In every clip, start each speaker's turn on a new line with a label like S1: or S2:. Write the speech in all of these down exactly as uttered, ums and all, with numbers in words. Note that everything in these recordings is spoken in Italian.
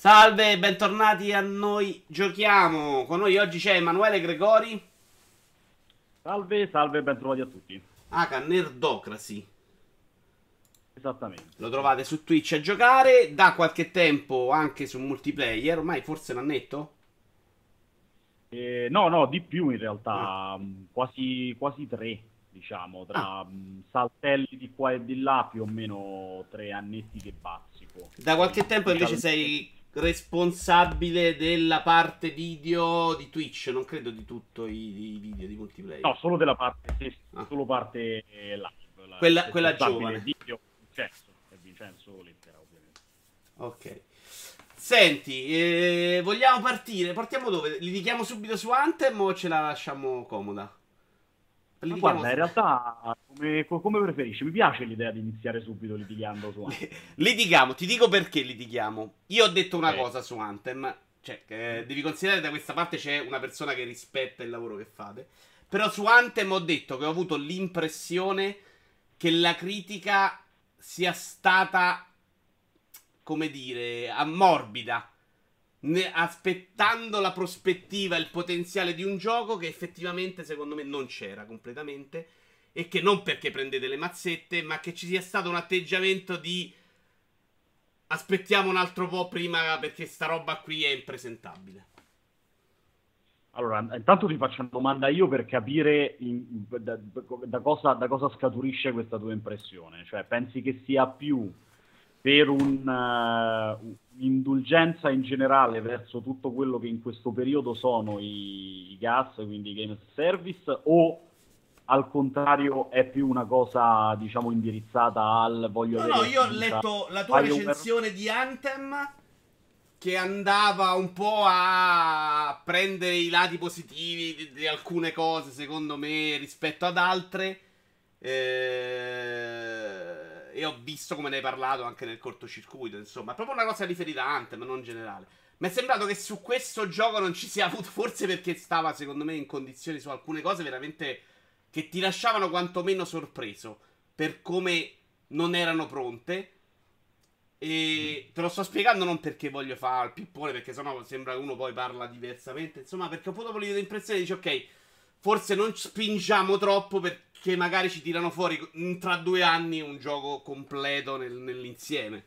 S1: Salve, bentornati a Noi Giochiamo. Con noi oggi c'è Emanuele Gregori,
S2: Salve, salve, ben trovati a tutti.
S1: aka Nerdocracy.
S2: Esattamente,
S1: Lo
S2: sì.
S1: trovate su Twitch a giocare da qualche tempo anche su multiplayer, ormai forse un annetto?
S2: Eh, no, no, di più in
S1: Ah,
S2: realtà, mh, quasi, quasi tre, diciamo,
S1: ah.
S2: tra mh, saltelli di qua e di là, più o meno tre annetti che bazzico.
S1: Da qualche
S2: Poi
S1: tempo invece
S2: ufficialmente
S1: sei responsabile della parte video di Twitch, non credo di tutto i, i video di multiplayer.
S2: no, solo della parte, sì,
S1: Ah,
S2: solo parte eh, live, la- il
S1: quella, quella
S2: responsabile
S1: giovane.
S2: video è Vincenzo, è Vincenzo Lettera, ovviamente.
S1: Ok. Senti, eh, vogliamo partire? Partiamo dove? Li dichiamo subito su Anthem o ce la lasciamo comoda? Li
S2: Ma
S1: dichiamo
S2: guarda,
S1: su...
S2: in realtà, come, co- come preferisci? Mi piace l'idea di iniziare subito litigando su
S1: li-
S2: Anthem.
S1: litighiamo, ti dico perché litighiamo. Io ho detto
S2: Ok.
S1: una cosa su Anthem, cioè, che devi considerare da questa parte c'è una persona che rispetta il lavoro che fate. Però su Anthem ho detto che ho avuto l'impressione che la critica sia stata, come dire, ammorbida. Ne- aspettando la prospettiva e il potenziale di un gioco che effettivamente secondo me non c'era completamente e che non perché prendete le mazzette, ma che ci sia stato un atteggiamento di aspettiamo un altro po' prima perché sta roba qui è impresentabile.
S2: Allora, intanto ti faccio una domanda io per capire in- da, da cosa, da cosa scaturisce questa tua impressione. Cioè, pensi che sia più per un, eh, un'indulgenza in generale verso tutto quello che in questo periodo sono i, i gas, quindi i game as a service, o al contrario è più una cosa, diciamo, indirizzata al voglio
S1: No, no,
S2: avere
S1: io ho
S2: fiducia
S1: letto la tua
S2: BioWare?
S1: recensione di Anthem che andava un po' a prendere i lati positivi di, di alcune cose, secondo me, rispetto ad altre. Eh, e ho visto come ne hai parlato anche nel cortocircuito. Insomma, è proprio una cosa riferita a Anthem, non generale. Mi è sembrato che su questo gioco non ci sia avuto, forse perché stava, secondo me, in condizioni su alcune cose veramente che ti lasciavano quantomeno sorpreso per come non erano pronte. E te lo sto spiegando non perché voglio fare il pippone, perché sennò sembra che uno poi parla diversamente. Insomma, perché ho avuto l'impressione di dire, ok, forse non spingiamo troppo perché magari ci tirano fuori tra due anni un gioco completo nel- nell'insieme.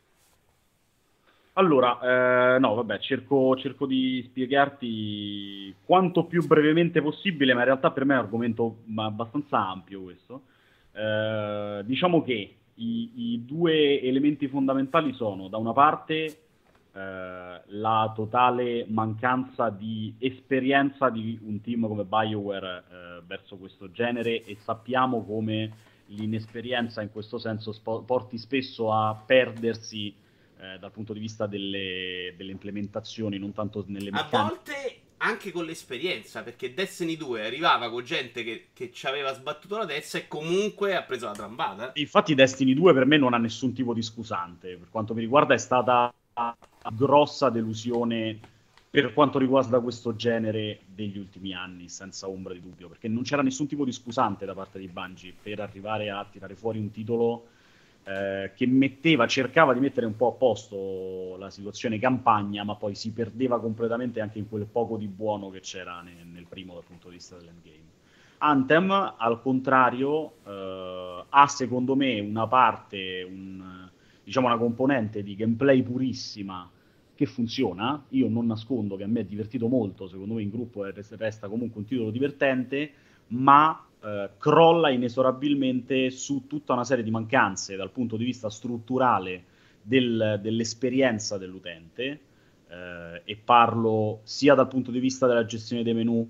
S2: Allora, eh, no, vabbè, cerco, cerco di spiegarti quanto più brevemente possibile, ma in realtà per me è un argomento ma, abbastanza ampio questo. Eh, diciamo che i, i due elementi fondamentali sono, da una parte, eh, la totale mancanza di esperienza di un team come BioWare, eh, verso questo genere e sappiamo come l'inesperienza in questo senso spo- porti spesso a perdersi eh, dal punto di vista delle, delle implementazioni, non tanto nelle
S1: A
S2: meccaniche.
S1: volte anche con l'esperienza, perché Destiny due arrivava con gente che, che ci aveva sbattuto la testa e comunque ha preso la trambata.
S2: E infatti Destiny due per me non ha nessun tipo di scusante, per quanto mi riguarda è stata una grossa delusione per quanto riguarda questo genere degli ultimi anni, senza ombra di dubbio, perché non c'era nessun tipo di scusante da parte di Bungie per arrivare a tirare fuori un titolo eh, che metteva, cercava di mettere un po' a posto la situazione campagna, ma poi si perdeva completamente anche in quel poco di buono che c'era nel, nel primo dal punto di vista dell'endgame. Anthem, al contrario, eh, ha secondo me una parte, un, diciamo una componente di gameplay purissima che funziona. Io non nascondo che a me è divertito molto, secondo me in gruppo resta comunque un titolo divertente, ma eh, crolla inesorabilmente su tutta una serie di mancanze dal punto di vista strutturale del, dell'esperienza dell'utente, eh, e parlo sia dal punto di vista della gestione dei menu,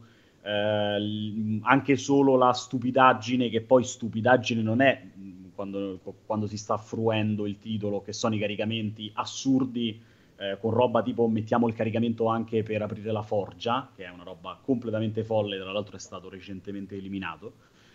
S2: eh, anche solo la stupidaggine, che poi stupidaggine non è quando, quando si sta fruendo il titolo, che sono i caricamenti assurdi, eh, con roba tipo mettiamo il caricamento anche per aprire la forgia, che è una roba completamente folle, tra l'altro è stato recentemente eliminato.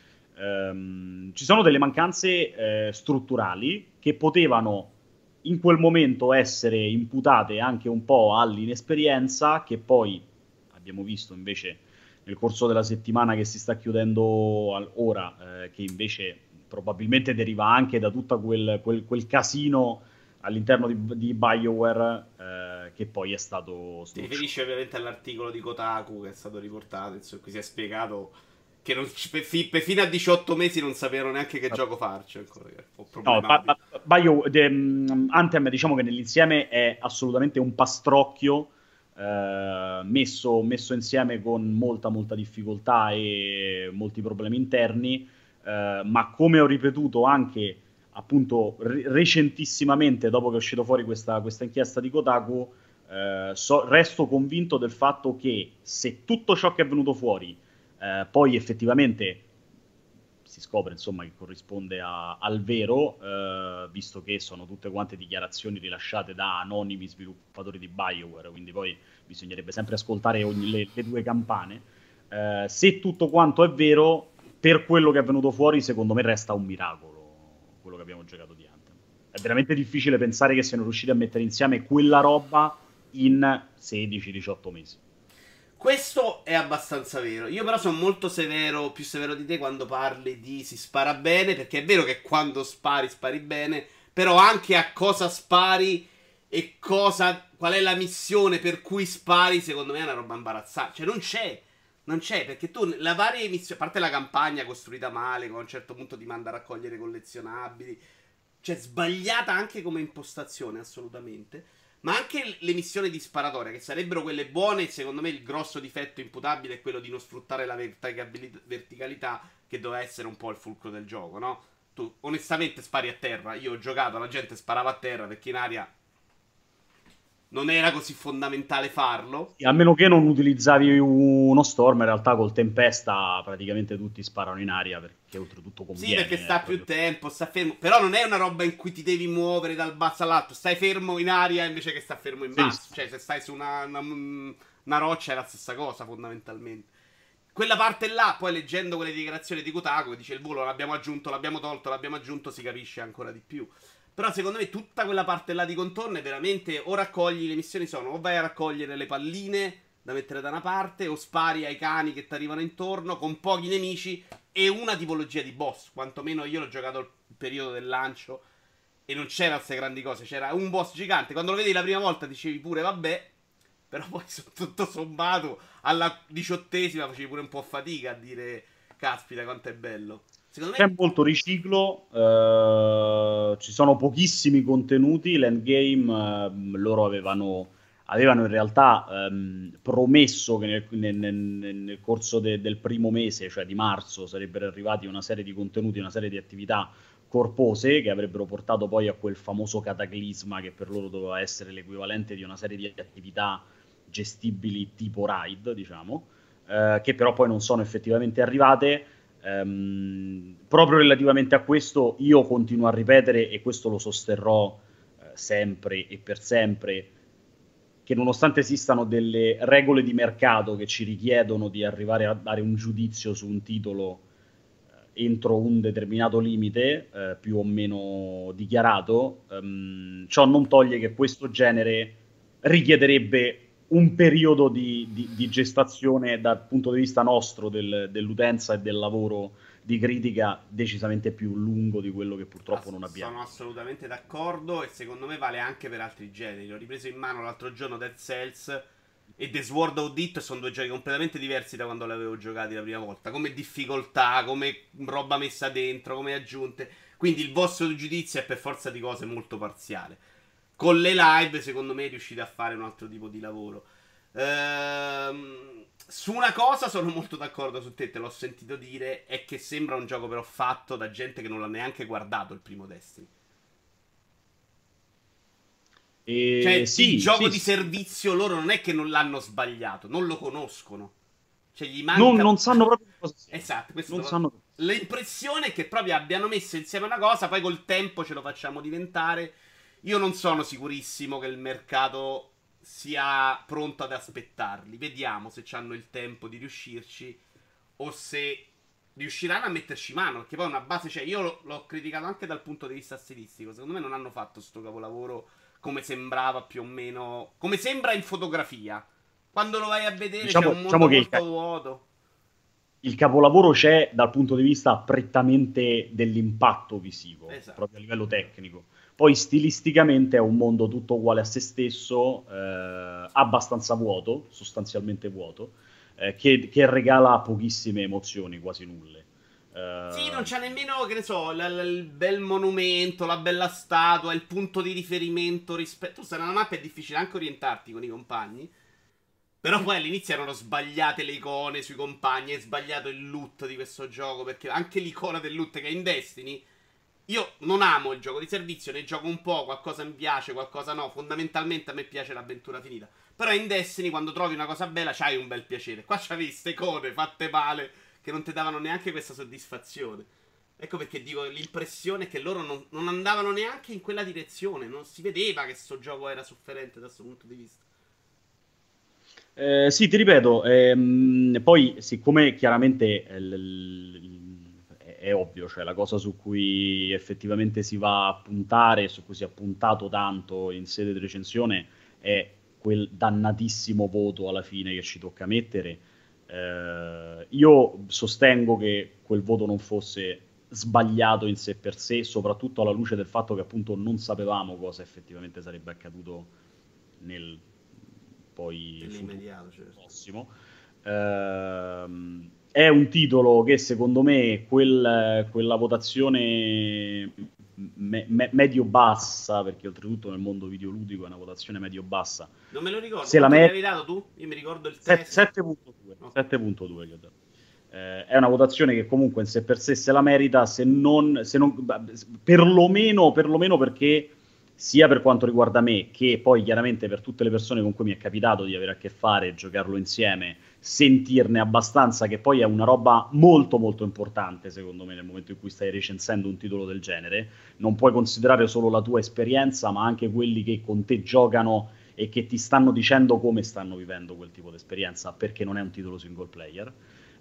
S2: Um, ci sono delle mancanze eh, strutturali che potevano in quel momento essere imputate anche un po' all'inesperienza, che poi abbiamo visto invece nel corso della settimana che si sta chiudendo al- ora, eh, che invece probabilmente deriva anche da tutto quel, quel, quel casino all'interno di, di BioWare, eh, che poi è stato
S1: Si riferisce ovviamente all'articolo di Kotaku che è stato riportato, insomma, qui si è spiegato che non, per, fi, per fino a diciotto mesi non sapevano neanche che gioco farci ancora, che è un po'
S2: No, ba-
S1: problematico.
S2: ba- Bio, de, um, Anthem diciamo che nell'insieme è assolutamente un pastrocchio eh, messo, messo insieme con molta molta difficoltà e molti problemi interni, eh, ma come ho ripetuto anche appunto re- recentissimamente dopo che è uscito fuori questa, questa inchiesta di Kotaku, eh, so- resto convinto del fatto che se tutto ciò che è venuto fuori eh, poi effettivamente si scopre insomma che corrisponde a- al vero, eh, visto che sono tutte quante dichiarazioni rilasciate da anonimi sviluppatori di BioWare, quindi poi bisognerebbe sempre ascoltare ogni- le, le due campane. Eh, se tutto quanto è vero, per quello che è venuto fuori, secondo me resta un miracolo quello che abbiamo giocato di Anthem. È veramente difficile pensare che siano riusciti a mettere insieme quella roba in sedici diciotto mesi.
S1: Questo è abbastanza vero. Io però sono molto severo, più severo di te quando parli di si spara bene, perché è vero che quando spari spari bene, però anche a cosa spari e cosa, qual è la missione per cui spari, secondo me è una roba imbarazzante. Cioè non c'è, non c'è, perché tu la varie missioni, a parte la campagna costruita male, che a un certo punto ti manda a raccogliere collezionabili, cioè sbagliata anche come impostazione, assolutamente. Ma anche le missioni di sparatoria, che sarebbero quelle buone, secondo me il grosso difetto imputabile è quello di non sfruttare la verticalità, che doveva essere un po' il fulcro del gioco, no? Tu onestamente spari a terra. Io ho giocato, la gente sparava a terra perché in aria non era così fondamentale farlo.
S2: A meno che non utilizzavi uno storm, in realtà col Tempesta praticamente tutti sparano in aria perché oltretutto
S1: Sì,
S2: conviene.
S1: perché sta più
S2: proprio...
S1: tempo, sta fermo. Però non è una roba in cui ti devi muovere dal basso all'alto. Stai fermo in aria invece che sta fermo in
S2: Sì,
S1: basso.
S2: sì.
S1: Cioè, se stai su una, una, una roccia è la stessa cosa, fondamentalmente. Quella parte là, poi leggendo quelle dichiarazioni di Kotaku, che dice il volo l'abbiamo aggiunto, l'abbiamo tolto, l'abbiamo aggiunto, si capisce ancora di più. Però secondo me tutta quella parte là di contorno è veramente o raccogli, le missioni sono o vai a raccogliere le palline da mettere da una parte o spari ai cani che ti arrivano intorno con pochi nemici e una tipologia di boss. Quantomeno io l'ho giocato al periodo del lancio e non c'erano queste grandi cose, c'era un boss gigante. Quando lo vedi la prima volta dicevi pure vabbè, però poi tutto sommato alla diciottesima facevi pure un po' fatica a dire caspita quanto è bello. Secondo
S2: C'è
S1: me
S2: molto riciclo, eh, ci sono pochissimi contenuti, l'endgame eh, loro avevano, avevano in realtà ehm, promesso che nel, nel- nel- nel corso de- del primo mese, cioè di marzo, sarebbero arrivati una serie di contenuti, una serie di attività corpose che avrebbero portato poi a quel famoso cataclisma che per loro doveva essere l'equivalente di una serie di attività gestibili tipo raid, diciamo, eh, che però poi non sono effettivamente arrivate. Ehm, proprio relativamente a questo io continuo a ripetere e questo lo sosterrò eh, sempre e per sempre che nonostante esistano delle regole di mercato che ci richiedono di arrivare a dare un giudizio su un titolo eh, entro un determinato limite eh, più o meno dichiarato, ehm, ciò non toglie che questo genere richiederebbe un periodo di, di, di gestazione dal punto di vista nostro del, dell'utenza e del lavoro di critica decisamente più lungo di quello che purtroppo
S1: Ass-
S2: non
S1: sono
S2: abbiamo.
S1: assolutamente d'accordo e secondo me vale anche per altri generi. Ho ripreso in mano l'altro giorno Dead Cells e The Sword of It e sono due giochi completamente diversi da quando li avevo giocati la prima volta. Come difficoltà, come roba messa dentro, come aggiunte. Quindi il vostro giudizio è per forza di cose molto parziale. Con le live, secondo me, riuscite a fare un altro tipo di lavoro. Ehm, su una cosa sono molto d'accordo su te, te l'ho sentito dire, è che sembra un gioco però fatto da gente che non l'ha neanche guardato il primo Destiny.
S2: E
S1: Cioè, il
S2: sì,
S1: gioco
S2: sì,
S1: di
S2: sì.
S1: servizio loro non è che non l'hanno sbagliato, non lo conoscono. Cioè, gli
S2: Non,
S1: manca...
S2: non sanno proprio cosa sia.
S1: Esatto, questo
S2: Non
S1: devo-
S2: sanno.
S1: l'impressione è che proprio abbiano messo insieme una cosa, poi col tempo ce lo facciamo diventare. Io non sono sicurissimo che il mercato sia pronto ad aspettarli. Vediamo se hanno il tempo di riuscirci o se riusciranno a metterci mano. Perché poi una base c'è. Io l'ho, l'ho criticato anche dal punto di vista stilistico. Secondo me non hanno fatto sto capolavoro come sembrava più o meno. Come sembra in fotografia. Quando lo vai a vedere c'è
S2: Diciamo,
S1: un
S2: diciamo
S1: mondo
S2: che il,
S1: molto vuoto.
S2: il capolavoro c'è dal punto di vista prettamente dell'impatto visivo,
S1: Esatto.
S2: proprio a livello tecnico. Poi stilisticamente è un mondo tutto uguale a se stesso, eh, abbastanza vuoto, sostanzialmente vuoto, eh, che, che regala pochissime emozioni, quasi nulle.
S1: Sì, non
S2: Eh,
S1: c'è nemmeno, che ne so, l- l- il bel monumento, la bella statua, il punto di riferimento rispetto... Tu sai, nella mappa è difficile anche orientarti con i compagni. Però poi all'inizio erano sbagliate le icone sui compagni, è sbagliato il loot di questo gioco, perché anche l'icona del loot che è in Destiny, io non amo il gioco di servizio, ne gioco un po', qualcosa mi piace, qualcosa no, fondamentalmente a me piace l'avventura finita. Però in Destiny quando trovi una cosa bella c'hai un bel piacere. Qua c'avevi queste icone fatte male che non ti davano neanche questa soddisfazione. Ecco perché dico, l'impressione è che loro non, non andavano neanche in quella direzione, non si vedeva che questo gioco era sofferente da questo punto di vista.
S2: Eh, sì, ti ripeto, ehm, poi siccome chiaramente eh, l- l- è, è ovvio, cioè la cosa su cui effettivamente si va a puntare, su cui si è puntato tanto in sede di recensione, è quel dannatissimo voto alla fine che ci tocca mettere. Eh, io sostengo che quel voto non fosse sbagliato in sé per sé, soprattutto alla luce del fatto che appunto non sapevamo cosa effettivamente sarebbe accaduto nel poi futuro
S1: Nell'immediato, certo.
S2: prossimo. Ehm, è un titolo che secondo me quel- quella votazione me- me- medio-bassa, perché oltretutto nel mondo videoludico è una votazione medio-bassa,
S1: Non me lo ricordo.
S2: se la
S1: Quanto gli
S2: merita
S1: avevi dato tu? Io mi ricordo il test.
S2: sette punto due,
S1: Ok.
S2: sette punto due gli ho dato. Eh, è una votazione che comunque in sé per sé se la merita, se non, se non perlomeno, perlomeno perché sia per quanto riguarda me, che poi chiaramente per tutte le persone con cui mi è capitato di avere a che fare, giocarlo insieme, sentirne abbastanza, che poi è una roba molto molto importante secondo me nel momento in cui stai recensendo un titolo del genere. Non puoi considerare solo la tua esperienza, ma anche quelli che con te giocano e che ti stanno dicendo come stanno vivendo quel tipo di esperienza, perché non è un titolo single player.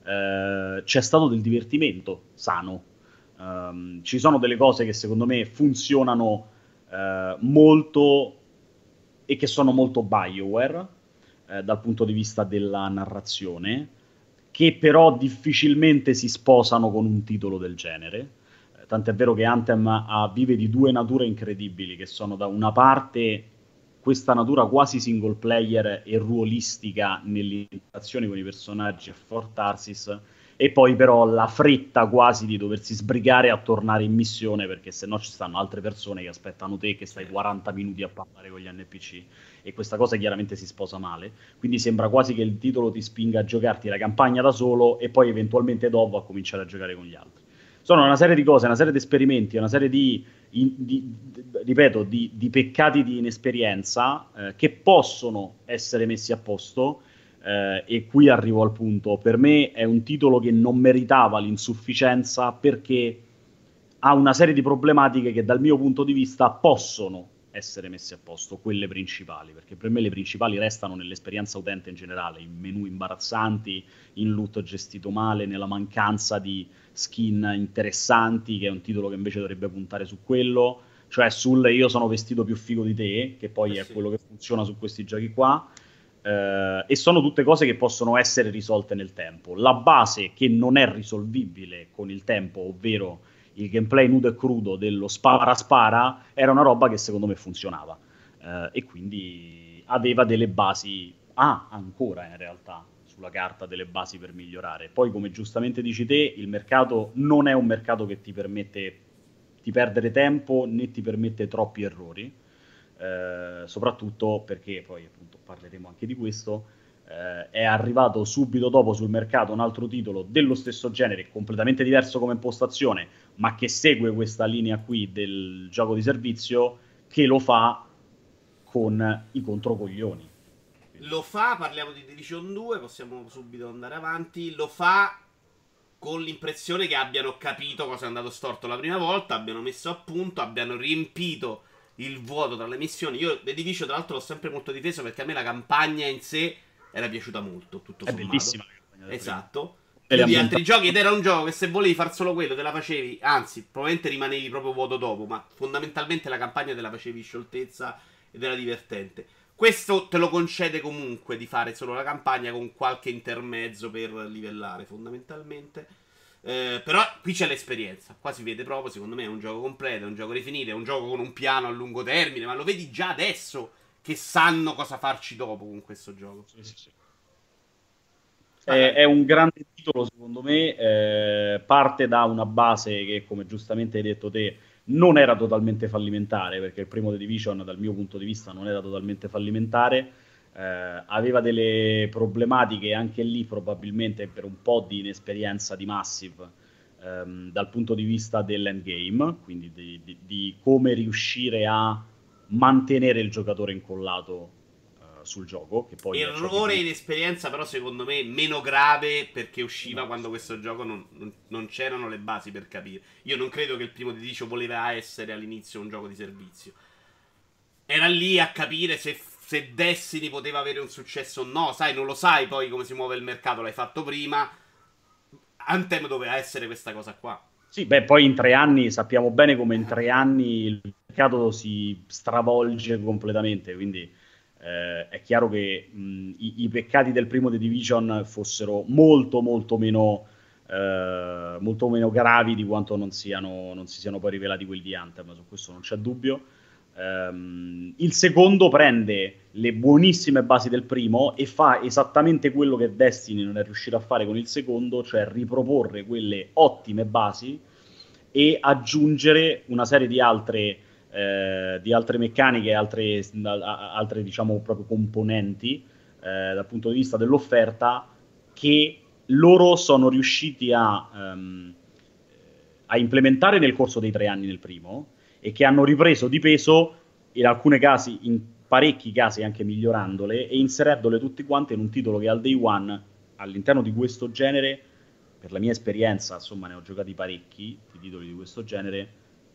S2: Eh, c'è stato del divertimento sano. Um, ci sono delle cose che secondo me funzionano eh, molto e che sono molto BioWare eh, dal punto di vista della narrazione, che però difficilmente si sposano con un titolo del genere. Eh, tant'è vero che Anthem ha, vive di due nature incredibili, che sono da una parte questa natura quasi single player e ruolistica nelle interazioni con i personaggi a Fort Tarsis, e poi però la fretta quasi di doversi sbrigare a tornare in missione perché se no ci stanno altre persone che aspettano te che stai
S1: Certo.
S2: quaranta minuti a parlare con gli N P C e questa cosa chiaramente si sposa male, quindi sembra quasi che il titolo ti spinga a giocarti la campagna da solo e poi eventualmente dopo a cominciare a giocare con gli altri. Sono una serie di cose, una serie di esperimenti, una serie di, in- di- di- ripeto, di, di peccati di inesperienza eh, che possono essere messi a posto eh, e qui arrivo al punto. Per me è un titolo che non meritava l'insufficienza perché ha una serie di problematiche che dal mio punto di vista possono essere messe a posto, quelle principali, perché per me le principali restano nell'esperienza utente in generale, in menu imbarazzanti, in loot gestito male, nella mancanza di skin interessanti, che è un titolo che invece dovrebbe puntare su quello, cioè sul io sono vestito più figo di te, che
S1: Eh
S2: poi è
S1: sì.
S2: quello che funziona su questi giochi qua. Eh, e sono tutte cose che possono essere risolte nel tempo. La base che non è risolvibile con il tempo, ovvero il gameplay nudo e crudo dello spara spara, era una roba che secondo me funzionava. Eh, e quindi aveva delle basi, ha ah, ancora in realtà sulla carta delle basi per migliorare. Poi, come giustamente dici te, il mercato non è un mercato che ti permette di perdere tempo né ti permette troppi errori. Eh, soprattutto perché poi appunto parleremo anche di questo, eh, è arrivato subito dopo sul mercato un altro titolo dello stesso genere, completamente diverso come impostazione, ma che segue questa linea qui del gioco di servizio, che lo fa con i controcoglioni.
S1: Lo
S2: Quindi,
S1: fa, parliamo di Division due, possiamo subito andare avanti. Lo fa con l'impressione che abbiano capito cosa è andato storto la prima volta, abbiano messo a punto, abbiano riempito il vuoto tra le missioni. Io The Division, tra l'altro, l'ho sempre molto difeso perché a me la campagna in sé era piaciuta molto, tutto
S2: è
S1: sommato.
S2: bellissima la campagna del primo.
S1: Esatto.
S2: Tutte le
S1: Più di altri
S2: ambientazioni.
S1: giochi, ed era un gioco che se volevi far solo quello te la facevi, anzi, probabilmente rimanevi proprio vuoto dopo, ma fondamentalmente la campagna te la facevi scioltezza ed era divertente. Questo te lo concede comunque di fare solo la campagna con qualche intermezzo per livellare, fondamentalmente. Eh, però qui c'è l'esperienza, qua si vede proprio, secondo me è un gioco completo, è un gioco rifinito, è un gioco con un piano a lungo termine, ma lo vedi già adesso che sanno cosa farci dopo con questo gioco.
S2: Sì, sì, sì.
S1: Vai,
S2: È,
S1: vai.
S2: è un grande titolo, secondo me, eh, parte da una base che, come giustamente hai detto te, non era totalmente fallimentare, perché il primo The Division, dal mio punto di vista, non era totalmente fallimentare, eh, aveva delle problematiche anche lì, probabilmente per un po' di inesperienza di Massive, ehm, dal punto di vista dell'endgame, quindi di, di- di come riuscire a mantenere il giocatore incollato eh, sul gioco, che poi è ciò di
S1: Errore
S2: cui
S1: in esperienza, però secondo me meno grave perché usciva
S2: no,
S1: quando questo gioco non, non- non c'erano le basi per capire. Io non credo che il primo di Dicio voleva essere all'inizio un gioco di servizio. Era lì a capire se, se Destiny poteva avere un successo o no. Sai, non lo sai poi come si muove il mercato, l'hai fatto prima. Anthem doveva essere questa cosa qua.
S2: sì, beh, poi in tre anni sappiamo bene come in tre anni il mercato si stravolge completamente, quindi eh, è chiaro che mh, i, i peccati del primo The Division fossero molto molto meno, eh, molto meno gravi di quanto non siano, non si siano poi rivelati quelli di Anthem, su questo non c'è dubbio. Ehm, il secondo prende le buonissime basi del primo e fa esattamente quello che Destiny non è riuscito a fare con il secondo, cioè riproporre quelle ottime basi e aggiungere una serie di altre, eh, di altre meccaniche, altre, altre diciamo proprio componenti eh, dal punto di vista dell'offerta che loro sono riusciti a, um, a implementare nel corso dei tre anni del primo e che hanno ripreso di peso in alcuni casi, in parecchi casi anche migliorandole e inserendole tutte quante in un titolo che al day one all'interno di questo genere, per la mia esperienza, insomma ne ho giocati parecchi di titoli di questo genere,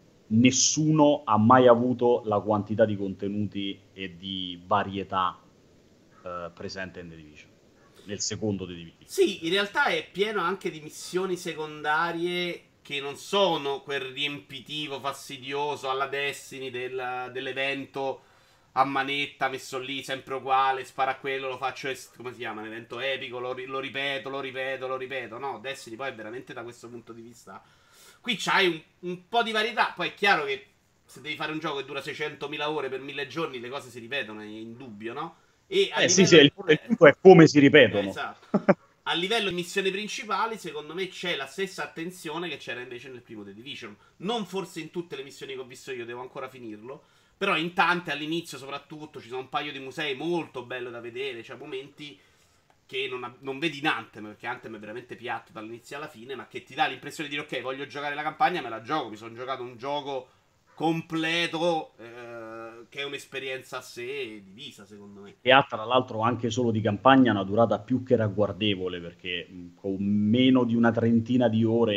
S2: nessuno ha mai avuto la quantità di contenuti e di varietà eh, presente in The Division, nel secondo The Division.
S1: Sì, in realtà è pieno anche di missioni secondarie che non sono quel riempitivo fastidioso alla Destiny del- dell'evento a manetta messo lì sempre uguale, spara a quello, lo faccio, est- come si chiama, un evento epico, lo, ri- lo ripeto, lo ripeto, lo ripeto. No, Destiny poi è veramente da questo punto di vista. Qui c'hai un, un po' di varietà, poi è chiaro che se devi fare un gioco che dura seicentomila ore per mille giorni, le cose si ripetono, è indubbio, no? E a
S2: Eh sì, sì,
S1: livello...
S2: il, il
S1: eh,
S2: punto è come si
S1: eh,
S2: ripetono.
S1: esatto. A livello di missioni principali, secondo me c'è la stessa attenzione che c'era invece nel primo The Division. Non forse in tutte le missioni che ho visto io, devo ancora finirlo. Però in tante, all'inizio soprattutto, ci sono un paio di musei molto bello da vedere. Cioè momenti che non, ha- non vedi in Anthem, perché Anthem è veramente piatto dall'inizio alla fine, ma che ti dà l'impressione di dire ok, voglio giocare la campagna, me la gioco. Mi sono giocato un gioco completo, eh, che è un'esperienza a sé divisa, secondo me.
S2: E ha tra l'altro anche solo di campagna una durata più che ragguardevole, perché mh, con meno di una trentina di ore,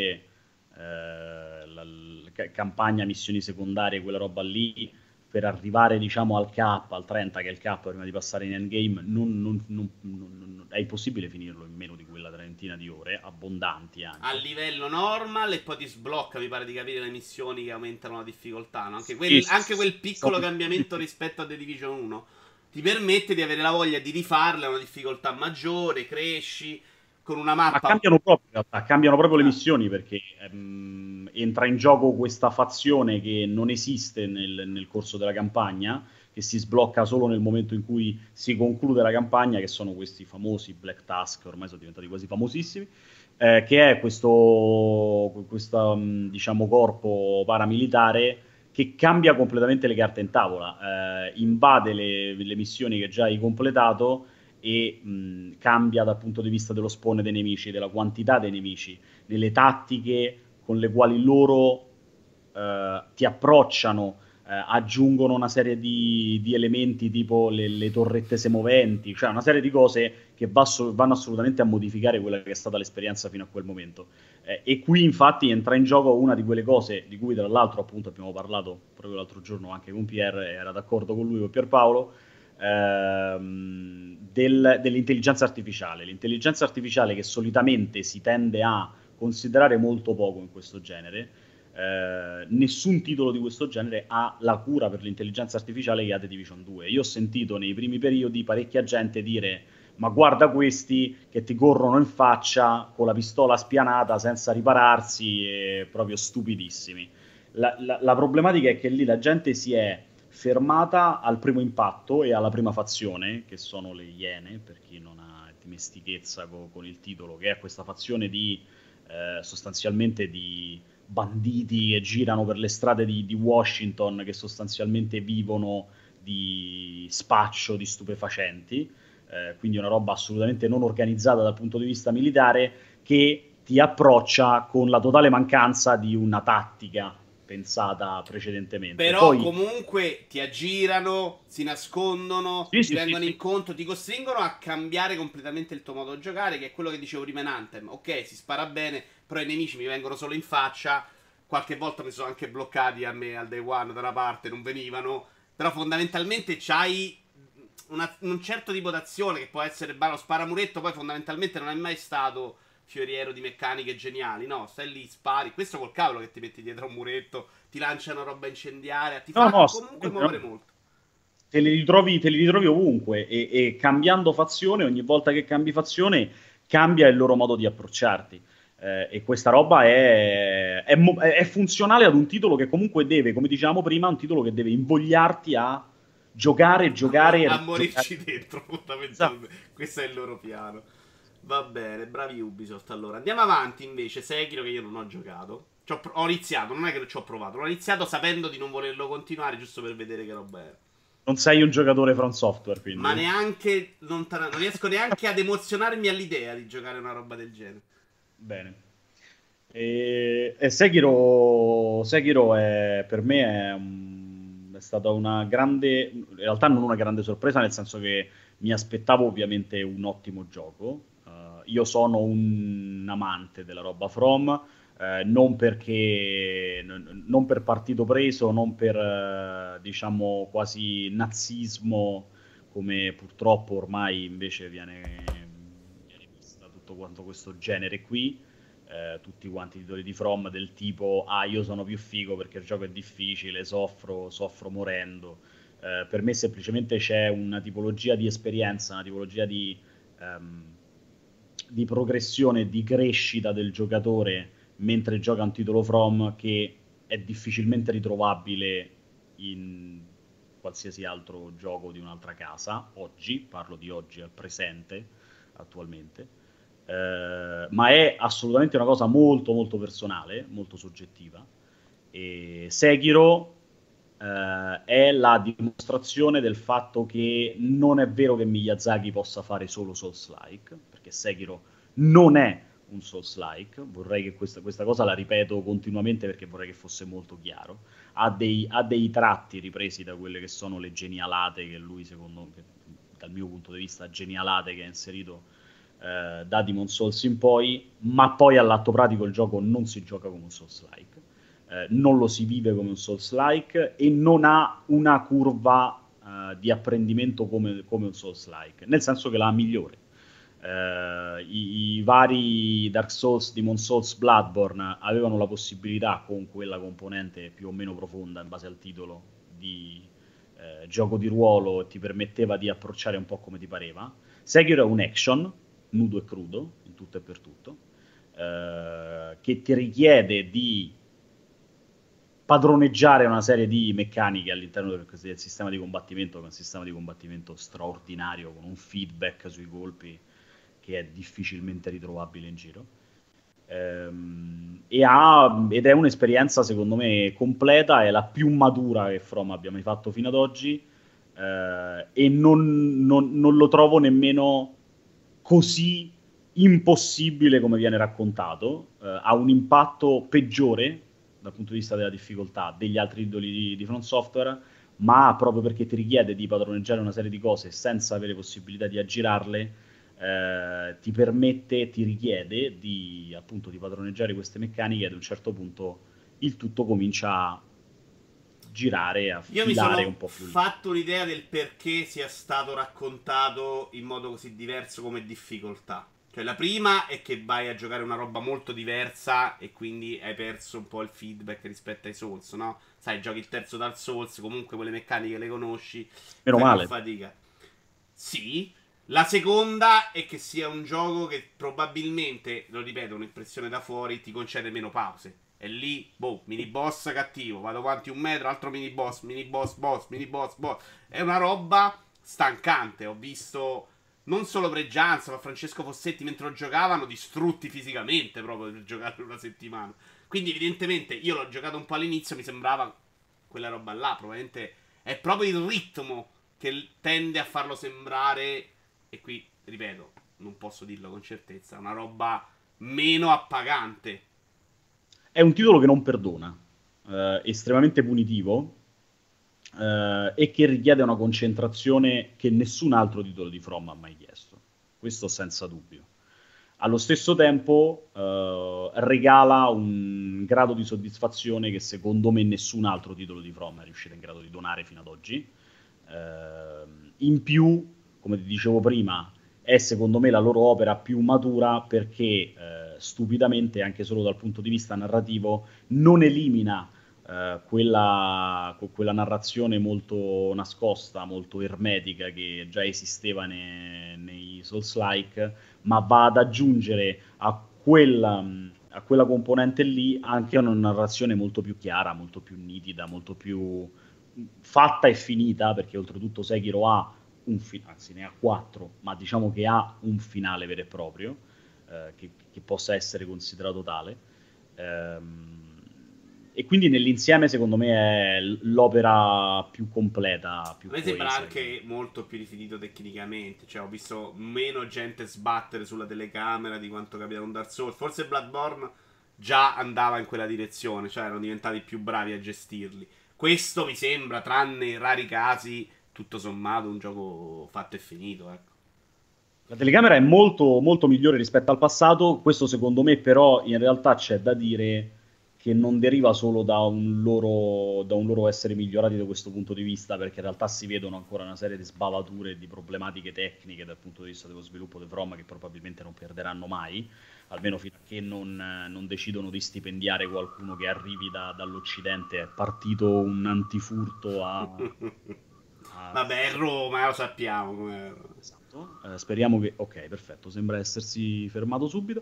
S2: eh, la, la campagna, missioni secondarie, quella roba lì, per arrivare diciamo al cap, al trenta che è il cap prima di passare in endgame, non, non, non, non, è impossibile finirlo in meno di quella trentina di ore, abbondanti
S1: A
S2: anche.
S1: livello normal e poi ti sblocca, mi pare di capire, le missioni che aumentano la difficoltà. No? Anche,
S2: Sì,
S1: quel,
S2: sì,
S1: anche
S2: sì,
S1: quel piccolo
S2: sono
S1: cambiamento rispetto a The Division uno ti permette di avere la voglia di rifarle a una difficoltà maggiore, cresci con una
S2: Ma
S1: mappa.
S2: cambiano proprio, in realtà, cambiano proprio le
S1: Ah,
S2: missioni perché ehm, entra in gioco questa fazione che non esiste nel, nel corso della campagna, che si sblocca solo nel momento in cui si conclude la campagna, che sono questi famosi Black Tusk, ormai sono diventati quasi famosissimi, eh, che è questo, questa, mh, diciamo, corpo paramilitare che cambia completamente le carte in tavola, eh, invade le, le missioni che già hai completato e mh, cambia dal punto di vista dello spawn dei nemici, della quantità dei nemici, delle tattiche con le quali loro eh, ti approcciano, eh, aggiungono una serie di, di elementi tipo le, le torrette semoventi, cioè una serie di cose che va so- vanno assolutamente a modificare quella che è stata l'esperienza fino a quel momento. Eh, e qui infatti entra in gioco una di quelle cose di cui tra l'altro appunto abbiamo parlato proprio l'altro giorno anche con Pierre, era d'accordo con lui, con Pierpaolo, ehm, del, dell'intelligenza artificiale. L'intelligenza artificiale che solitamente si tende a considerare molto poco in questo genere, eh, nessun titolo di questo genere ha la cura per l'intelligenza artificiale che ha The Division due. Io ho sentito nei primi periodi parecchia gente dire ma guarda questi che ti corrono in faccia con la pistola spianata senza ripararsi, e proprio stupidissimi. La, la, la problematica è che lì la gente si è fermata al primo impatto e alla prima fazione, che sono le Iene, per chi non ha dimestichezza co- con il titolo, che è questa fazione di eh, sostanzialmente di banditi che girano per le strade di, di Washington, che sostanzialmente vivono di spaccio di stupefacenti, eh, quindi una roba assolutamente non organizzata dal punto di vista militare, che ti approccia con la totale mancanza di una tattica pensata precedentemente.
S1: Però
S2: Poi,
S1: comunque ti aggirano, si nascondono,
S2: sì,
S1: ti
S2: sì, sì,
S1: vengono
S2: sì.
S1: incontro, ti costringono a cambiare completamente il tuo modo di giocare, che è quello che dicevo prima in Anthem. Ok, si spara bene, però i nemici mi vengono solo in faccia. Qualche volta mi sono anche bloccati a me al day one da una parte, non venivano. Però fondamentalmente c'hai una- un certo tipo d'azione che può essere lo sparamuretto, poi fondamentalmente non è mai stato fioriero di meccaniche geniali, no? Stai lì, spari. Questo col cavolo che ti metti dietro a un muretto, ti lanciano roba incendiaria, ti
S2: No,
S1: fa
S2: no,
S1: comunque
S2: assolutamente
S1: muovere
S2: no.
S1: molto.
S2: Te li ritrovi, te li ritrovi ovunque e, e cambiando fazione, ogni volta che cambi fazione, cambia il loro modo di approcciarti. Eh, e questa roba è, è mo- è funzionale ad un titolo che comunque deve, come dicevamo prima, un titolo che deve invogliarti a giocare,
S1: A, mor-
S2: giocare e
S1: a
S2: rigiocare.
S1: morirci dentro,
S2: Esatto.
S1: fondamentalmente. Questo è il loro piano. Va bene, bravi Ubisoft. Allora, andiamo avanti invece. Sekiro, che io non ho giocato. C'ho pro- ho iniziato, non è che ci ho provato. L'ho iniziato sapendo di non volerlo continuare, giusto per vedere che roba era.
S2: Non sei un giocatore From Software,
S1: Ma
S2: quindi.
S1: neanche lontana- non riesco neanche ad emozionarmi all'idea di giocare una roba del genere.
S2: Bene. E, e Sekiro, Sekiro è, per me è, un- è stata una grande, in realtà non una grande sorpresa, nel senso che mi aspettavo ovviamente un ottimo gioco. Eh, io sono un amante della roba From, eh, non perché, n- non per partito preso, non per, eh, diciamo, quasi nazismo, come purtroppo ormai invece viene, viene vista tutto quanto questo genere qui, eh, tutti quanti i titoli di From del tipo ah io sono più figo perché il gioco è difficile, soffro, soffro morendo. Eh, per me semplicemente c'è una tipologia di esperienza, una tipologia di, ehm, di progressione, di crescita del giocatore mentre gioca un titolo From che è difficilmente ritrovabile in qualsiasi altro gioco di un'altra casa, oggi, parlo di oggi al presente, attualmente. Eh, ma è assolutamente una cosa molto molto personale, molto soggettiva. E Sekiro eh, è la dimostrazione del fatto che non è vero che Miyazaki possa fare solo Souls-like, perché Sekiro non è un Souls-like. Vorrei che questa, questa cosa la ripeto continuamente perché vorrei che fosse molto chiaro. Ha dei, ha dei tratti ripresi da quelle che sono le genialate che lui, secondo me, dal mio punto di vista, genialate che ha inserito eh, da Demon Souls in poi, ma poi all'atto pratico il gioco non si gioca come un Souls-like, eh, non lo si vive come un Souls-like e non ha una curva eh, di apprendimento come, come un Souls-like, nel senso che la migliore. Uh, i, i, vari Dark Souls, Demon Souls, Bloodborne avevano la possibilità, con quella componente più o meno profonda in base al titolo, di eh, gioco di ruolo, e ti permetteva di approcciare un po' come ti pareva. Sekiro è un action, nudo e crudo, in tutto e per tutto, eh, che ti richiede di padroneggiare una serie di meccaniche all'interno del, del sistema di combattimento, che è un sistema di combattimento straordinario, con un feedback sui colpi che è difficilmente ritrovabile in giro. Ehm, e ha, ed è un'esperienza secondo me completa, è la più matura che From abbia mai fatto fino ad oggi, eh, e non, non, non lo trovo nemmeno così impossibile come viene raccontato. Eh, ha un impatto peggiore dal punto di vista della difficoltà degli altri titoli di, di From Software, ma proprio perché ti richiede di padroneggiare una serie di cose senza avere possibilità di aggirarle, eh, ti permette, ti richiede di, appunto, di padroneggiare queste meccaniche, e ad un certo punto il tutto comincia a girare, a
S1: Io mi
S2: filare un
S1: sono
S2: po' più liscio.
S1: fatto un'idea del perché sia stato raccontato in modo così diverso come difficoltà. Cioè, la prima è che vai a giocare una roba molto diversa e quindi hai perso un po' il feedback rispetto ai Souls, no? Sai, giochi il terzo Dark Souls, comunque quelle meccaniche le conosci,
S2: Meno
S1: fai più
S2: male.
S1: fatica. Sì, La seconda è che sia un gioco che probabilmente, lo ripeto, un'impressione da fuori, ti concede meno pause. E lì, boh, mini boss cattivo, vado avanti un metro, altro mini boss, mini boss, boss, mini boss, boss. È una roba stancante. Ho visto non solo Pregianza, ma Francesco Fossetti mentre lo giocavano distrutti fisicamente proprio per giocare una settimana. Quindi evidentemente io l'ho giocato un po' all'inizio, mi sembrava quella roba là, probabilmente è proprio il ritmo che tende a farlo sembrare, e qui ripeto, non posso dirlo con certezza, una roba meno appagante.
S2: È un titolo che non perdona, eh, estremamente punitivo, eh, e che richiede una concentrazione che nessun altro titolo di From ha mai chiesto. Questo senza dubbio. Allo stesso tempo eh, regala un grado di soddisfazione che secondo me nessun altro titolo di From è riuscito in grado di donare fino ad oggi. Eh, in più, come ti dicevo prima, è secondo me la loro opera più matura perché eh, stupidamente, anche solo dal punto di vista narrativo, non elimina eh, quella, quella narrazione molto nascosta, molto ermetica che già esisteva nei, nei Souls-like, ma va ad aggiungere a quella, a quella componente lì anche una narrazione molto più chiara, molto più nitida, molto più fatta e finita, perché oltretutto Sekiro ha un finale, anzi ne ha quattro, ma diciamo che ha un finale vero e proprio, eh, che, che possa essere considerato tale. Ehm, e quindi nell'insieme secondo me è l'opera più completa, più
S1: A me sembra
S2: coesa.
S1: anche molto più rifinito tecnicamente. Cioè, ho visto meno gente sbattere sulla telecamera di quanto capita con Dark Souls. Forse Bloodborne già andava in quella direzione, cioè erano diventati più bravi a gestirli. Questo mi sembra, tranne in rari casi, tutto sommato, un gioco fatto e finito, ecco.
S2: La telecamera è molto, molto migliore rispetto al passato, questo secondo me però in realtà c'è da dire che non deriva solo da un loro, da un loro essere migliorati da questo punto di vista, perché in realtà si vedono ancora una serie di sbavature e di problematiche tecniche dal punto di vista dello sviluppo di From che probabilmente non perderanno mai, almeno fino a che non, non decidono di stipendiare qualcuno che arrivi da- dall'Occidente, è partito un antifurto a... a-
S1: Vabbè, è Roma, lo sappiamo com'è.
S2: Esatto, eh, speriamo che... Ok, perfetto, sembra essersi fermato subito.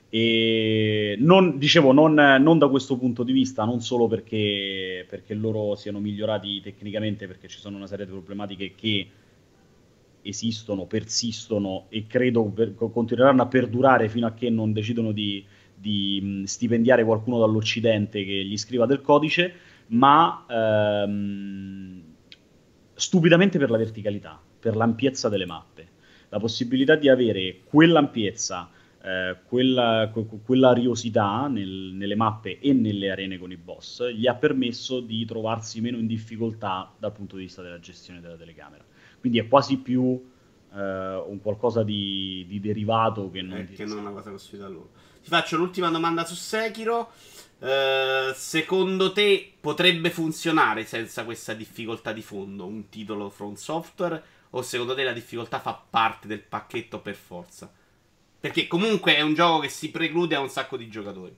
S2: E non, dicevo, non, non da questo punto di vista, non solo perché, perché loro siano migliorati tecnicamente, perché ci sono una serie di problematiche che esistono, persistono e credo per- continueranno a perdurare fino a che non decidono di, di mh, stipendiare qualcuno dall'Occidente che gli scriva del codice, ma ehm, stupidamente per la verticalità, per l'ampiezza delle mappe. La possibilità di avere quell'ampiezza, eh, quella, que- quella ariosità nel- nelle mappe e nelle arene con i boss gli ha permesso di trovarsi meno in difficoltà dal punto di vista della gestione della telecamera. Quindi è quasi più eh, un qualcosa di, di derivato che non
S1: È
S2: di
S1: che non è una
S2: riscritto.
S1: cosa costruita a loro. Ti faccio l'ultima domanda su Sekiro. Eh, secondo te potrebbe funzionare senza questa difficoltà di fondo un titolo From Software? O secondo te la difficoltà fa parte del pacchetto per forza? Perché comunque è un gioco che si preclude a un sacco di giocatori.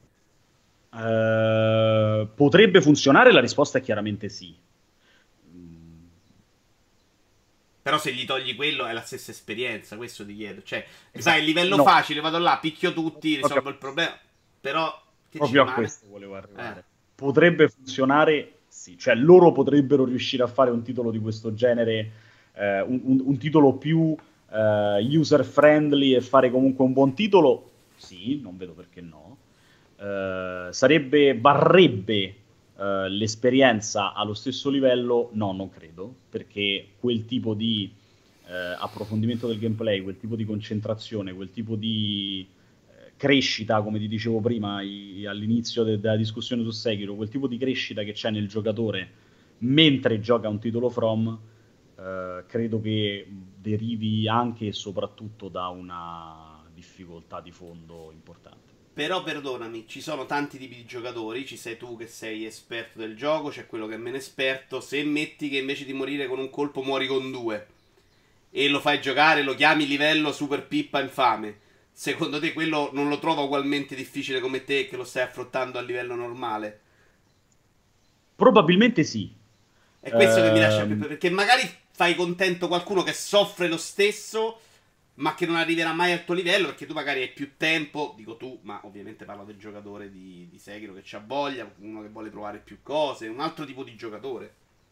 S2: Eh, potrebbe funzionare? La risposta è chiaramente sì. Mm,
S1: Però se gli togli quello è la stessa esperienza, questo ti chiedo. Cioè, sai, il
S2: esatto,
S1: livello
S2: no,
S1: facile, vado là, picchio tutti,
S2: proprio
S1: risolvo il problema. Però, che ci
S2: proprio a
S1: rimane?
S2: questo volevo
S1: Eh.
S2: arrivare. Potrebbe funzionare, sì, cioè loro potrebbero riuscire a fare un titolo di questo genere, eh, un, un- un titolo più eh, user friendly e fare comunque un buon titolo? Sì, non vedo perché no. Eh, sarebbe, varrebbe eh, l'esperienza allo stesso livello? No, non credo, perché quel tipo di eh, approfondimento del gameplay, quel tipo di concentrazione, quel tipo di eh, crescita, come ti dicevo prima i- all'inizio de- della discussione su Sekiro, quel tipo di crescita che c'è nel giocatore mentre gioca un titolo From, eh, credo che derivi anche e soprattutto da una difficoltà di fondo importante.
S1: Però perdonami, ci sono tanti tipi di giocatori, ci sei tu che sei esperto del gioco, c'è quello che è meno esperto, se metti che invece di morire con un colpo muori con due e lo fai giocare, lo chiami livello super pippa infame, secondo te quello non lo trova ugualmente difficile come te che lo stai affrontando a livello normale?
S2: Probabilmente sì.
S1: È questo che mi lascia più...
S2: Ehm,
S1: perché magari fai contento qualcuno che soffre lo stesso, ma che non arriverà mai al tuo livello perché tu magari hai più tempo, dico tu, ma ovviamente parlo del giocatore di, di Sekiro che c'ha voglia, uno che vuole provare più cose, un altro tipo di giocatore.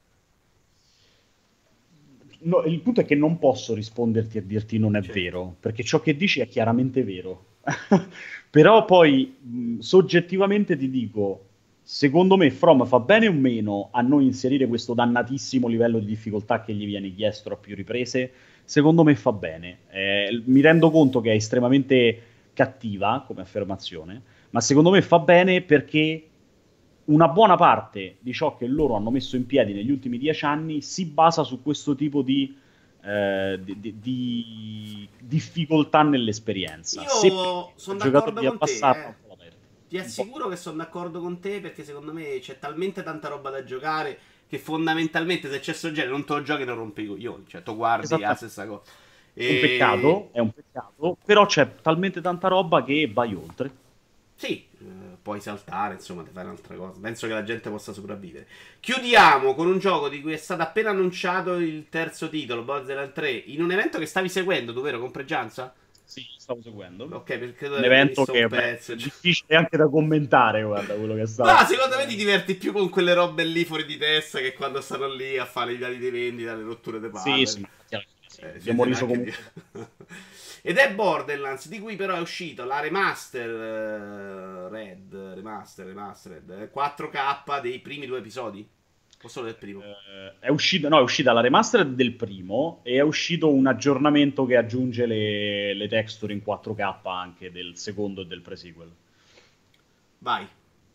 S2: No, il punto è che non posso risponderti e dirti non è
S1: Certo.
S2: vero, perché ciò che dici è chiaramente vero. Però poi mh, soggettivamente ti dico, secondo me From fa bene o meno a non inserire questo dannatissimo livello di difficoltà che gli viene chiesto a più riprese. Secondo me fa bene. Eh, mi rendo conto che è estremamente cattiva come affermazione, ma secondo me fa bene perché una buona parte di ciò che loro hanno messo in piedi negli ultimi dieci anni si basa su questo tipo di, eh, di, di- di difficoltà nell'esperienza. Se pensi
S1: Io
S2: a
S1: sono d'accordo
S2: giocatori
S1: con te,
S2: abbassata, un
S1: eh.
S2: po' la perde.
S1: Ti
S2: Un po'.
S1: assicuro che sono d'accordo con te perché secondo me c'è talmente tanta roba da giocare che fondamentalmente se c'è sto genere non te lo giochi e non rompi i coglioni, cioè tu guardi è la
S2: Esattamente.
S1: stessa cosa.
S2: È un peccato,
S1: E
S2: è un peccato, però c'è talmente tanta roba che vai oltre.
S1: sì, eh, puoi saltare, insomma, ti fai un'altra cosa. Penso che la gente possa sopravvivere. Chiudiamo con un gioco di cui è stato appena annunciato il terzo titolo, Borderlands tre, in un evento che stavi seguendo, tu vero, con Pregianza?
S2: Sì, stavo seguendo.
S1: Ok, perché credo di
S2: Un
S1: averne
S2: evento
S1: visto un
S2: che beh,
S1: pezzo.
S2: è difficile anche da commentare, guarda, quello che stava
S1: Ma secondo me ti
S2: succedendo.
S1: diverti più con quelle robe lì fuori di testa che quando stanno lì a fare i dati di vendita, le rotture di
S2: Sì, sì,
S1: palle.
S2: ma infatti alla fine sì.
S1: Eh, ce
S2: Abbiamo
S1: ne
S2: riso
S1: anche di...
S2: comunque.
S1: Ed è Borderlands, di cui però è uscito la remaster eh, Red, remaster, remastered, eh, quattro K dei primi due episodi? O solo del primo?
S2: Eh, è uscito, no, è uscita la remastered del primo e è uscito un aggiornamento che aggiunge le, le texture in quattro K anche del secondo e del pre-sequel.
S1: Vai.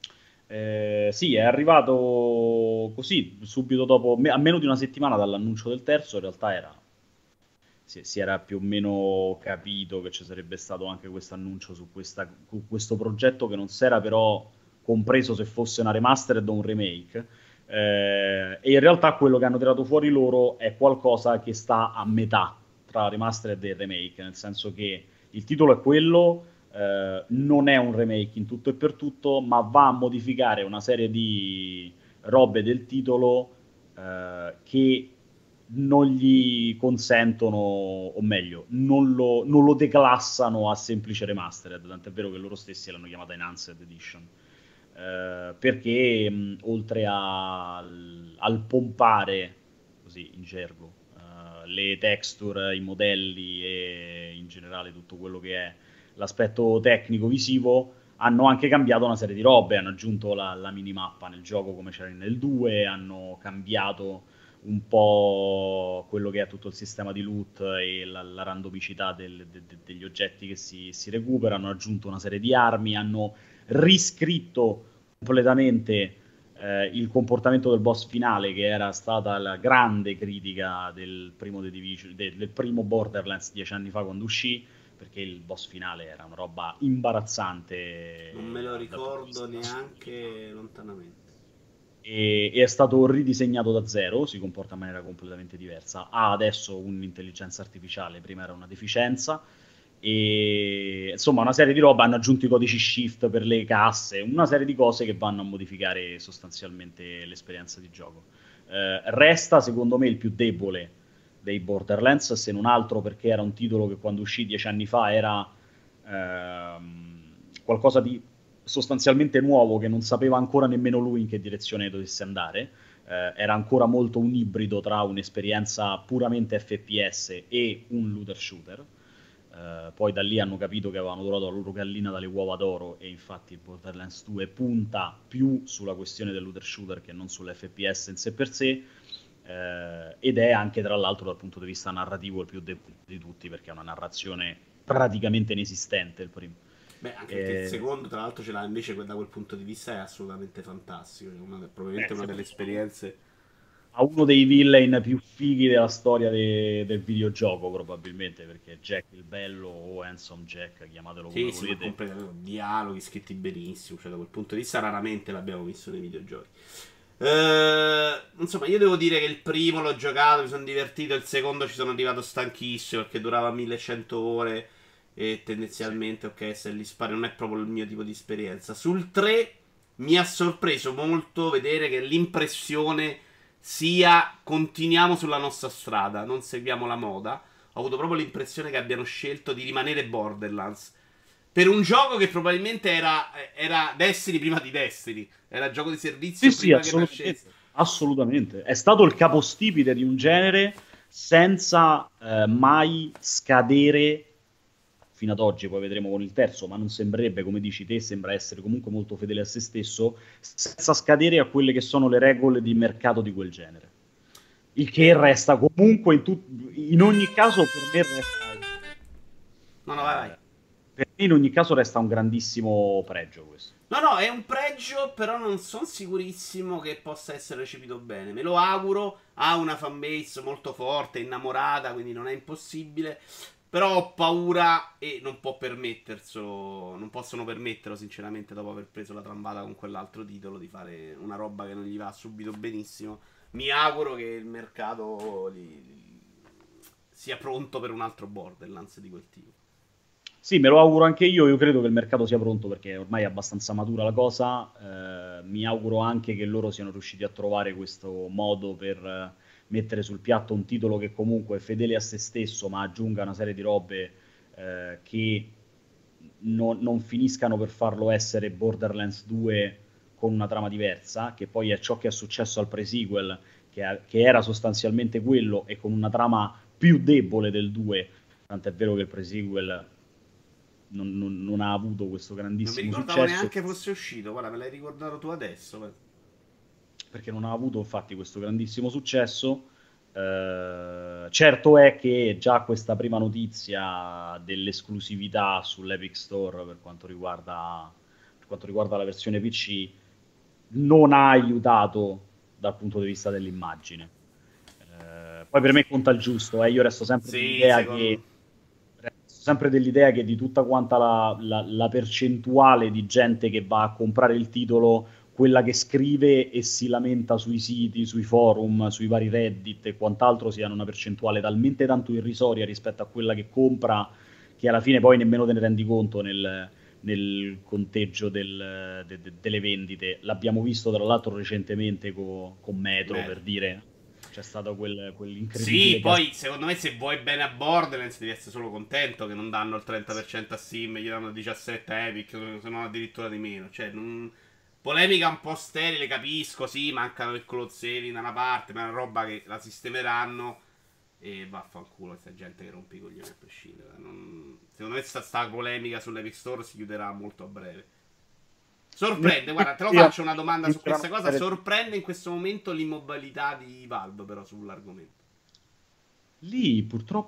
S2: Eh, sì, è arrivato così, subito dopo, me- a meno di una settimana dall'annuncio del terzo, in realtà era, si, si era più o meno capito che ci sarebbe stato anche questo annuncio su questa- su questo progetto che non si era però compreso se fosse una remastered o un remake. Eh, e in realtà quello che hanno tirato fuori loro è qualcosa che sta a metà tra remastered e remake, nel senso che il titolo è quello, eh, non è un remake in tutto e per tutto, ma va a modificare una serie di robe del titolo eh, che non gli consentono, o meglio, non lo, non lo declassano a semplice remastered, tant'è vero che loro stessi l'hanno chiamata Enhanced Edition. Eh, perché mh, oltre a- al, al pompare, così in gergo, eh, le texture, i modelli e in generale tutto quello che è l'aspetto tecnico-visivo, hanno anche cambiato una serie di robe, hanno aggiunto la, la minimappa nel gioco come c'era nel due, hanno cambiato un po' quello che è tutto il sistema di loot e la, la randomicità del- de- de- degli oggetti che si, si recuperano, hanno aggiunto una serie di armi, hanno riscritto completamente eh, il comportamento del boss finale, che era stata la grande critica del primo, The Division, de- del primo Borderlands dieci anni fa quando uscì, perché il boss finale era una roba
S1: Non
S2: imbarazzante
S1: me lo
S2: dal, dal punto di
S1: ricordo
S2: vista narrativo
S1: neanche lontanamente.
S2: e, e è stato ridisegnato da zero, si comporta in maniera completamente diversa. Ha adesso un'intelligenza artificiale, prima era una deficienza, e insomma una serie di roba, hanno aggiunto i codici shift per le casse, una serie di cose che vanno a modificare sostanzialmente l'esperienza di gioco. Eh, resta secondo me il più debole dei Borderlands, se non altro perché era un titolo che quando uscì dieci anni fa era ehm, qualcosa di sostanzialmente nuovo che non sapeva ancora nemmeno lui in che direzione dovesse andare. Eh, era ancora molto un ibrido tra un'esperienza puramente F P S e un looter shooter. Eh, poi da lì hanno capito che avevano trovato la loro gallina dalle uova d'oro e infatti il Borderlands due punta più sulla questione del looter shooter che non sull'F P S in sé per sé. Eh, ed è anche tra l'altro dal punto di vista narrativo il più debole di tutti perché è una narrazione praticamente inesistente il primo.
S1: Beh, anche perché il
S2: Eh,
S1: secondo, tra l'altro, ce l'ha invece da quel punto di vista è assolutamente fantastico. Cioè, una-
S2: eh,
S1: probabilmente una delle
S2: secondo me
S1: esperienze.
S2: ha uno dei villain più fighi della storia de- del videogioco, probabilmente, perché Jack il Bello o Handsome Jack, chiamatelo come
S1: Sì, sì, ma
S2: volete.
S1: completamente dialoghi scritti benissimo. Cioè, da quel punto di vista, raramente l'abbiamo visto nei videogiochi. Eh, insomma, io devo dire che il primo l'ho giocato, mi sono divertito. Il secondo ci sono arrivato stanchissimo perché durava millecento ore. E
S2: Sì.
S1: tendenzialmente, ok, se li spari non è proprio il mio tipo di esperienza. Sul tre mi ha sorpreso molto vedere che l'impressione sia continuiamo sulla nostra strada, non seguiamo la moda. ho avuto proprio l'impressione che abbiano scelto di rimanere Borderlands. Per un gioco che probabilmente era, era Destiny prima di Destiny. Era gioco di servizio
S2: Sì, sì,
S1: prima che
S2: assolutamente,
S1: nascesse.
S2: assolutamente. È stato il capostipite di un genere senza eh, mai scadere fino ad oggi, poi vedremo con il terzo, ma non sembrerebbe, come dici te, sembra essere comunque molto fedele a se stesso, senza scadere a quelle che sono le regole di mercato di quel genere. Il che
S1: Eh,
S2: resta comunque, in, tut- in ogni caso, per me resta,
S1: no, no, vai, vai.
S2: eh, per me in ogni caso resta un grandissimo pregio questo.
S1: No, no, è un pregio, però non sono sicurissimo che possa essere recepito bene. Me lo auguro. Ha una fanbase molto forte, innamorata, quindi non è impossibile. Però ho paura e non può permetterselo. Non possono permetterlo, sinceramente, dopo aver preso la trambata con quell'altro titolo, di fare una roba che non gli va subito benissimo. Mi auguro che il mercato li- li- sia pronto per un altro Borderlands di quel tipo.
S2: Sì, me lo auguro anche io. Io credo che il mercato sia pronto perché ormai è abbastanza matura la cosa. Eh, mi auguro anche che loro siano riusciti a trovare questo modo per eh, mettere sul piatto un titolo che comunque è fedele a se stesso, ma aggiunga una serie di robe eh, che non, non finiscano per farlo essere Borderlands due con una trama diversa, che poi è ciò che è successo al pre-sequel, che, ha- che era sostanzialmente quello e con una trama più debole del due. Tant'è vero che il pre-sequel non, non- non ha avuto questo
S1: Non mi
S2: grandissimo
S1: ricordavo
S2: successo,
S1: neanche fosse uscito. Guarda, me l'hai ricordato tu adesso.
S2: perché non ha avuto infatti questo grandissimo successo. Eh, certo è che già questa prima notizia dell'esclusività sull'Epic Store per quanto riguarda, per quanto riguarda la versione P C non ha aiutato dal punto di vista dell'immagine. Eh, poi per me conta il giusto, eh. Io resto sempre
S1: Sì,
S2: dell'idea che
S1: secondo...
S2: resto sempre dell'idea che di tutta quanta la, la- la percentuale di gente che va a comprare il titolo, quella che scrive e si lamenta sui siti, sui forum, sui vari Reddit e quant'altro siano una percentuale talmente tanto irrisoria rispetto a quella che compra, che alla fine poi nemmeno te ne rendi conto nel, nel conteggio del- de- de- delle vendite. L'abbiamo visto tra l'altro recentemente co- con Metro, per
S1: Metro.
S2: dire, c'è stato quel,
S1: Sì,
S2: quell'incredibile gas.
S1: poi secondo me se vuoi bene a Borderlands devi essere solo contento che non danno il trenta per cento a Steam, gli danno diciassette a Epic, se non addirittura di meno. Cioè, non... polemica un po' sterile, capisco, sì, mancano il cloud saving da una parte, ma è una roba che la sistemeranno e vaffanculo questa gente che rompe i coglioni a prescindere. Non... Secondo me sta, sta polemica sull'Epic Store si chiuderà molto a breve. Sorprende, guarda, te lo faccio una domanda su questa cosa. Sorprende in questo momento l'immobilità di Valve, però, sull'argomento.
S2: Lì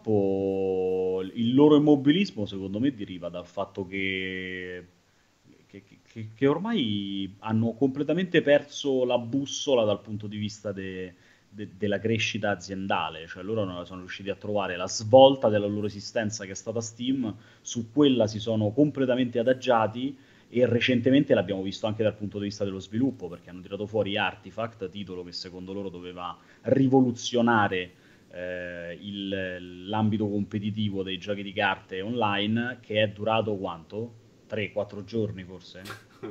S2: purtroppo il loro immobilismo secondo me deriva dal fatto che, che- che- che ormai hanno completamente perso la bussola dal punto di vista de- de- della crescita aziendale, cioè loro non sono riusciti a trovare la svolta della loro esistenza che è stata Steam, su quella si sono completamente adagiati e recentemente l'abbiamo visto anche dal punto di vista dello sviluppo, perché hanno tirato fuori Artifact, titolo che secondo loro doveva rivoluzionare eh, il- l'ambito competitivo dei giochi di carte online, che è durato quanto? tre quattro giorni forse?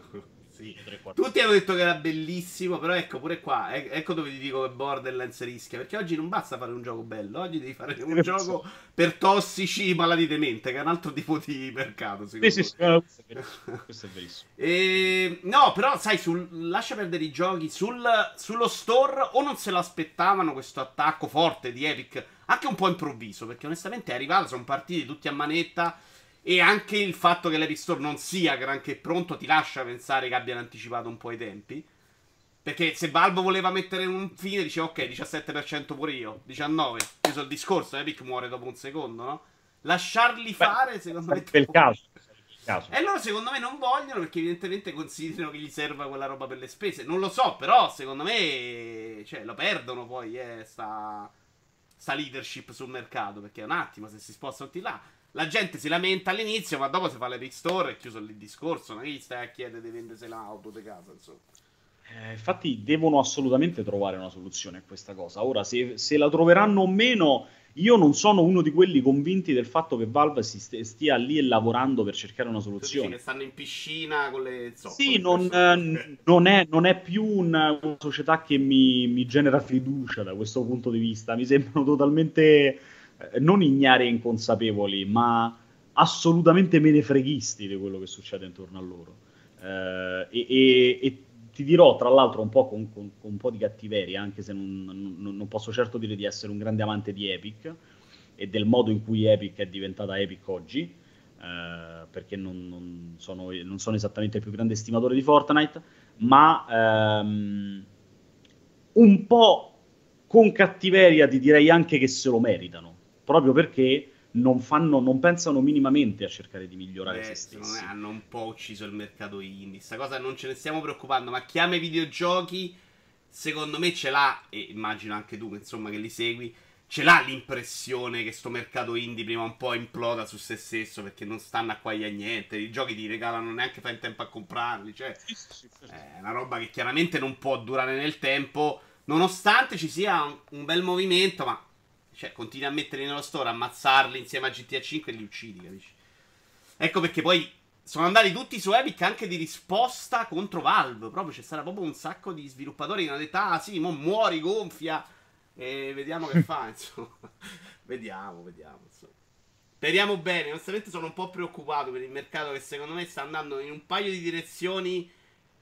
S1: Sì.
S2: tre quattro.
S1: Tutti hanno detto che era bellissimo, però ecco pure qua, e- ecco dove ti dico che Borderlands rischia, perché oggi non basta fare un gioco bello, oggi devi fare un gioco per tossici malati di mente, che è un altro tipo di mercato,
S2: Sì, sì,
S1: secondo
S2: sì, no, questo è verissimo.
S1: me.
S2: Questo è verissimo.
S1: E... No, però sai, sul... lascia perdere i giochi, sul... sullo store o non se lo aspettavano questo attacco forte di Epic, anche un po' improvviso, perché onestamente è arrivato, sono partiti tutti a manetta. E anche il fatto che l'Epic Store non sia granché pronto ti lascia pensare che abbiano anticipato un po' i tempi. Perché se Valve voleva mettere un fine, diceva ok, diciassette per cento pure io, diciannove per cento. Chiuso il discorso, Epic muore dopo un secondo, no? Lasciarli
S2: Beh,
S1: fare, secondo me...
S2: sarebbe il caso. Sarebbe il caso.
S1: E loro secondo me non vogliono perché evidentemente considerano che gli serva quella roba per le spese. Non lo so, però secondo me... Cioè, lo perdono poi, eh, sta... sta leadership sul mercato. Perché un attimo, se si sposta tutti là... La gente si lamenta all'inizio, ma dopo si fa l'Epic Store e chiuso lì il discorso. Non è che gli stai a chiedere di vendersi l'auto di casa, insomma.
S2: Eh, infatti devono assolutamente trovare una soluzione a questa cosa. Ora, se, se la troveranno o meno, io non sono uno di quelli convinti del fatto che Valve si st- stia lì e lavorando per cercare una
S1: Tu dici
S2: soluzione.
S1: che stanno in piscina con le
S2: Sì,
S1: zoccole,
S2: non,
S1: questo.
S2: eh, non è, non è più una, una società che mi, mi genera fiducia da questo punto di vista. Mi sembrano totalmente, eh, non ignari e inconsapevoli, ma assolutamente menefreghisti di quello che succede intorno a loro. Eh, e, e, e ti dirò, tra l'altro, un po' con, con, con un po' di cattiveria, anche se non, non, non posso certo dire di essere un grande amante di Epic e del modo in cui Epic è diventata Epic oggi, eh, perché non, non, sono, non sono esattamente il più grande estimatore di Fortnite, ma ehm, un po' con cattiveria ti direi anche che se lo meritano, proprio perché non fanno, non pensano minimamente a cercare di migliorare se
S1: Beh, secondo me
S2: stessi.
S1: hanno un po' ucciso il mercato indie. Sta cosa non ce ne stiamo preoccupando, ma chi ama i videogiochi, secondo me ce l'ha, e immagino anche tu, insomma, che li segui, ce l'ha l'impressione che sto mercato indie prima o un po' imploda su se stesso perché non stanno a quaglia a niente. I giochi ti regalano neanche fai in tempo a comprarli. Cioè, è una roba che chiaramente non può durare nel tempo, nonostante ci sia un, un bel movimento, ma cioè, continui a metterli nello store, ammazzarli insieme a G T A cinque e li uccidi, capisci? Ecco perché poi sono andati tutti su Epic anche di risposta contro Valve. Proprio c'è stato proprio un sacco di sviluppatori che hanno detto: ah sì, mo muori, gonfia. E vediamo che fa, insomma. vediamo, vediamo, insomma. Speriamo bene. Onestamente sono un po' preoccupato per il mercato che secondo me sta andando in un paio di direzioni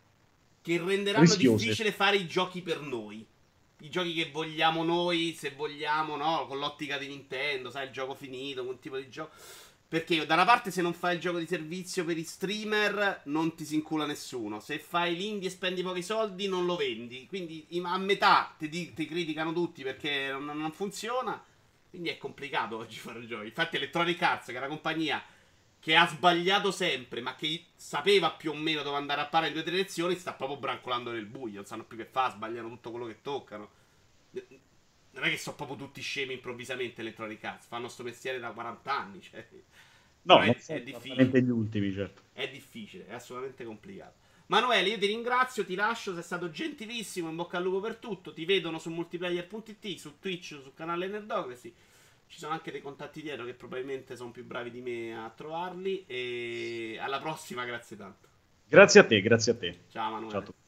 S1: che renderanno
S2: Rischiose.
S1: difficile fare i giochi per noi. I giochi che vogliamo noi, se vogliamo, no? Con l'ottica di Nintendo, sai, il gioco finito, un tipo di gioco. Perché da una parte se non fai il gioco di servizio per i streamer non ti si incula nessuno. Se fai l'indie e spendi pochi soldi non lo vendi. Quindi a metà ti, ti criticano tutti perché non, non funziona. Quindi è complicato oggi fare giochi. Infatti Electronic Arts, che è una compagnia che ha sbagliato sempre, ma che sapeva più o meno dove andare a parare in due o tre lezioni, sta proprio brancolando nel buio. Non sanno più che fa, sbagliano tutto quello che toccano. Non è che sono proprio tutti scemi improvvisamente Electronic Arts, fanno sto mestiere da quaranta anni, cioè. Però
S2: No, non
S1: è,
S2: sono
S1: è
S2: esattamente
S1: difficile,
S2: gli ultimi, certo.
S1: è difficile, è assolutamente complicato. Manuele, io ti ringrazio, ti lascio, sei stato gentilissimo, in bocca al lupo per tutto. Ti vedono su multiplayer punto it, su Twitch, sul canale Nerdocracy. Ci sono anche dei contatti dietro che probabilmente sono più bravi di me a trovarli. E alla prossima, grazie tanto.
S2: Grazie a te, grazie a te.
S1: Ciao
S2: Ciao a
S1: Manuele.
S2: tutti.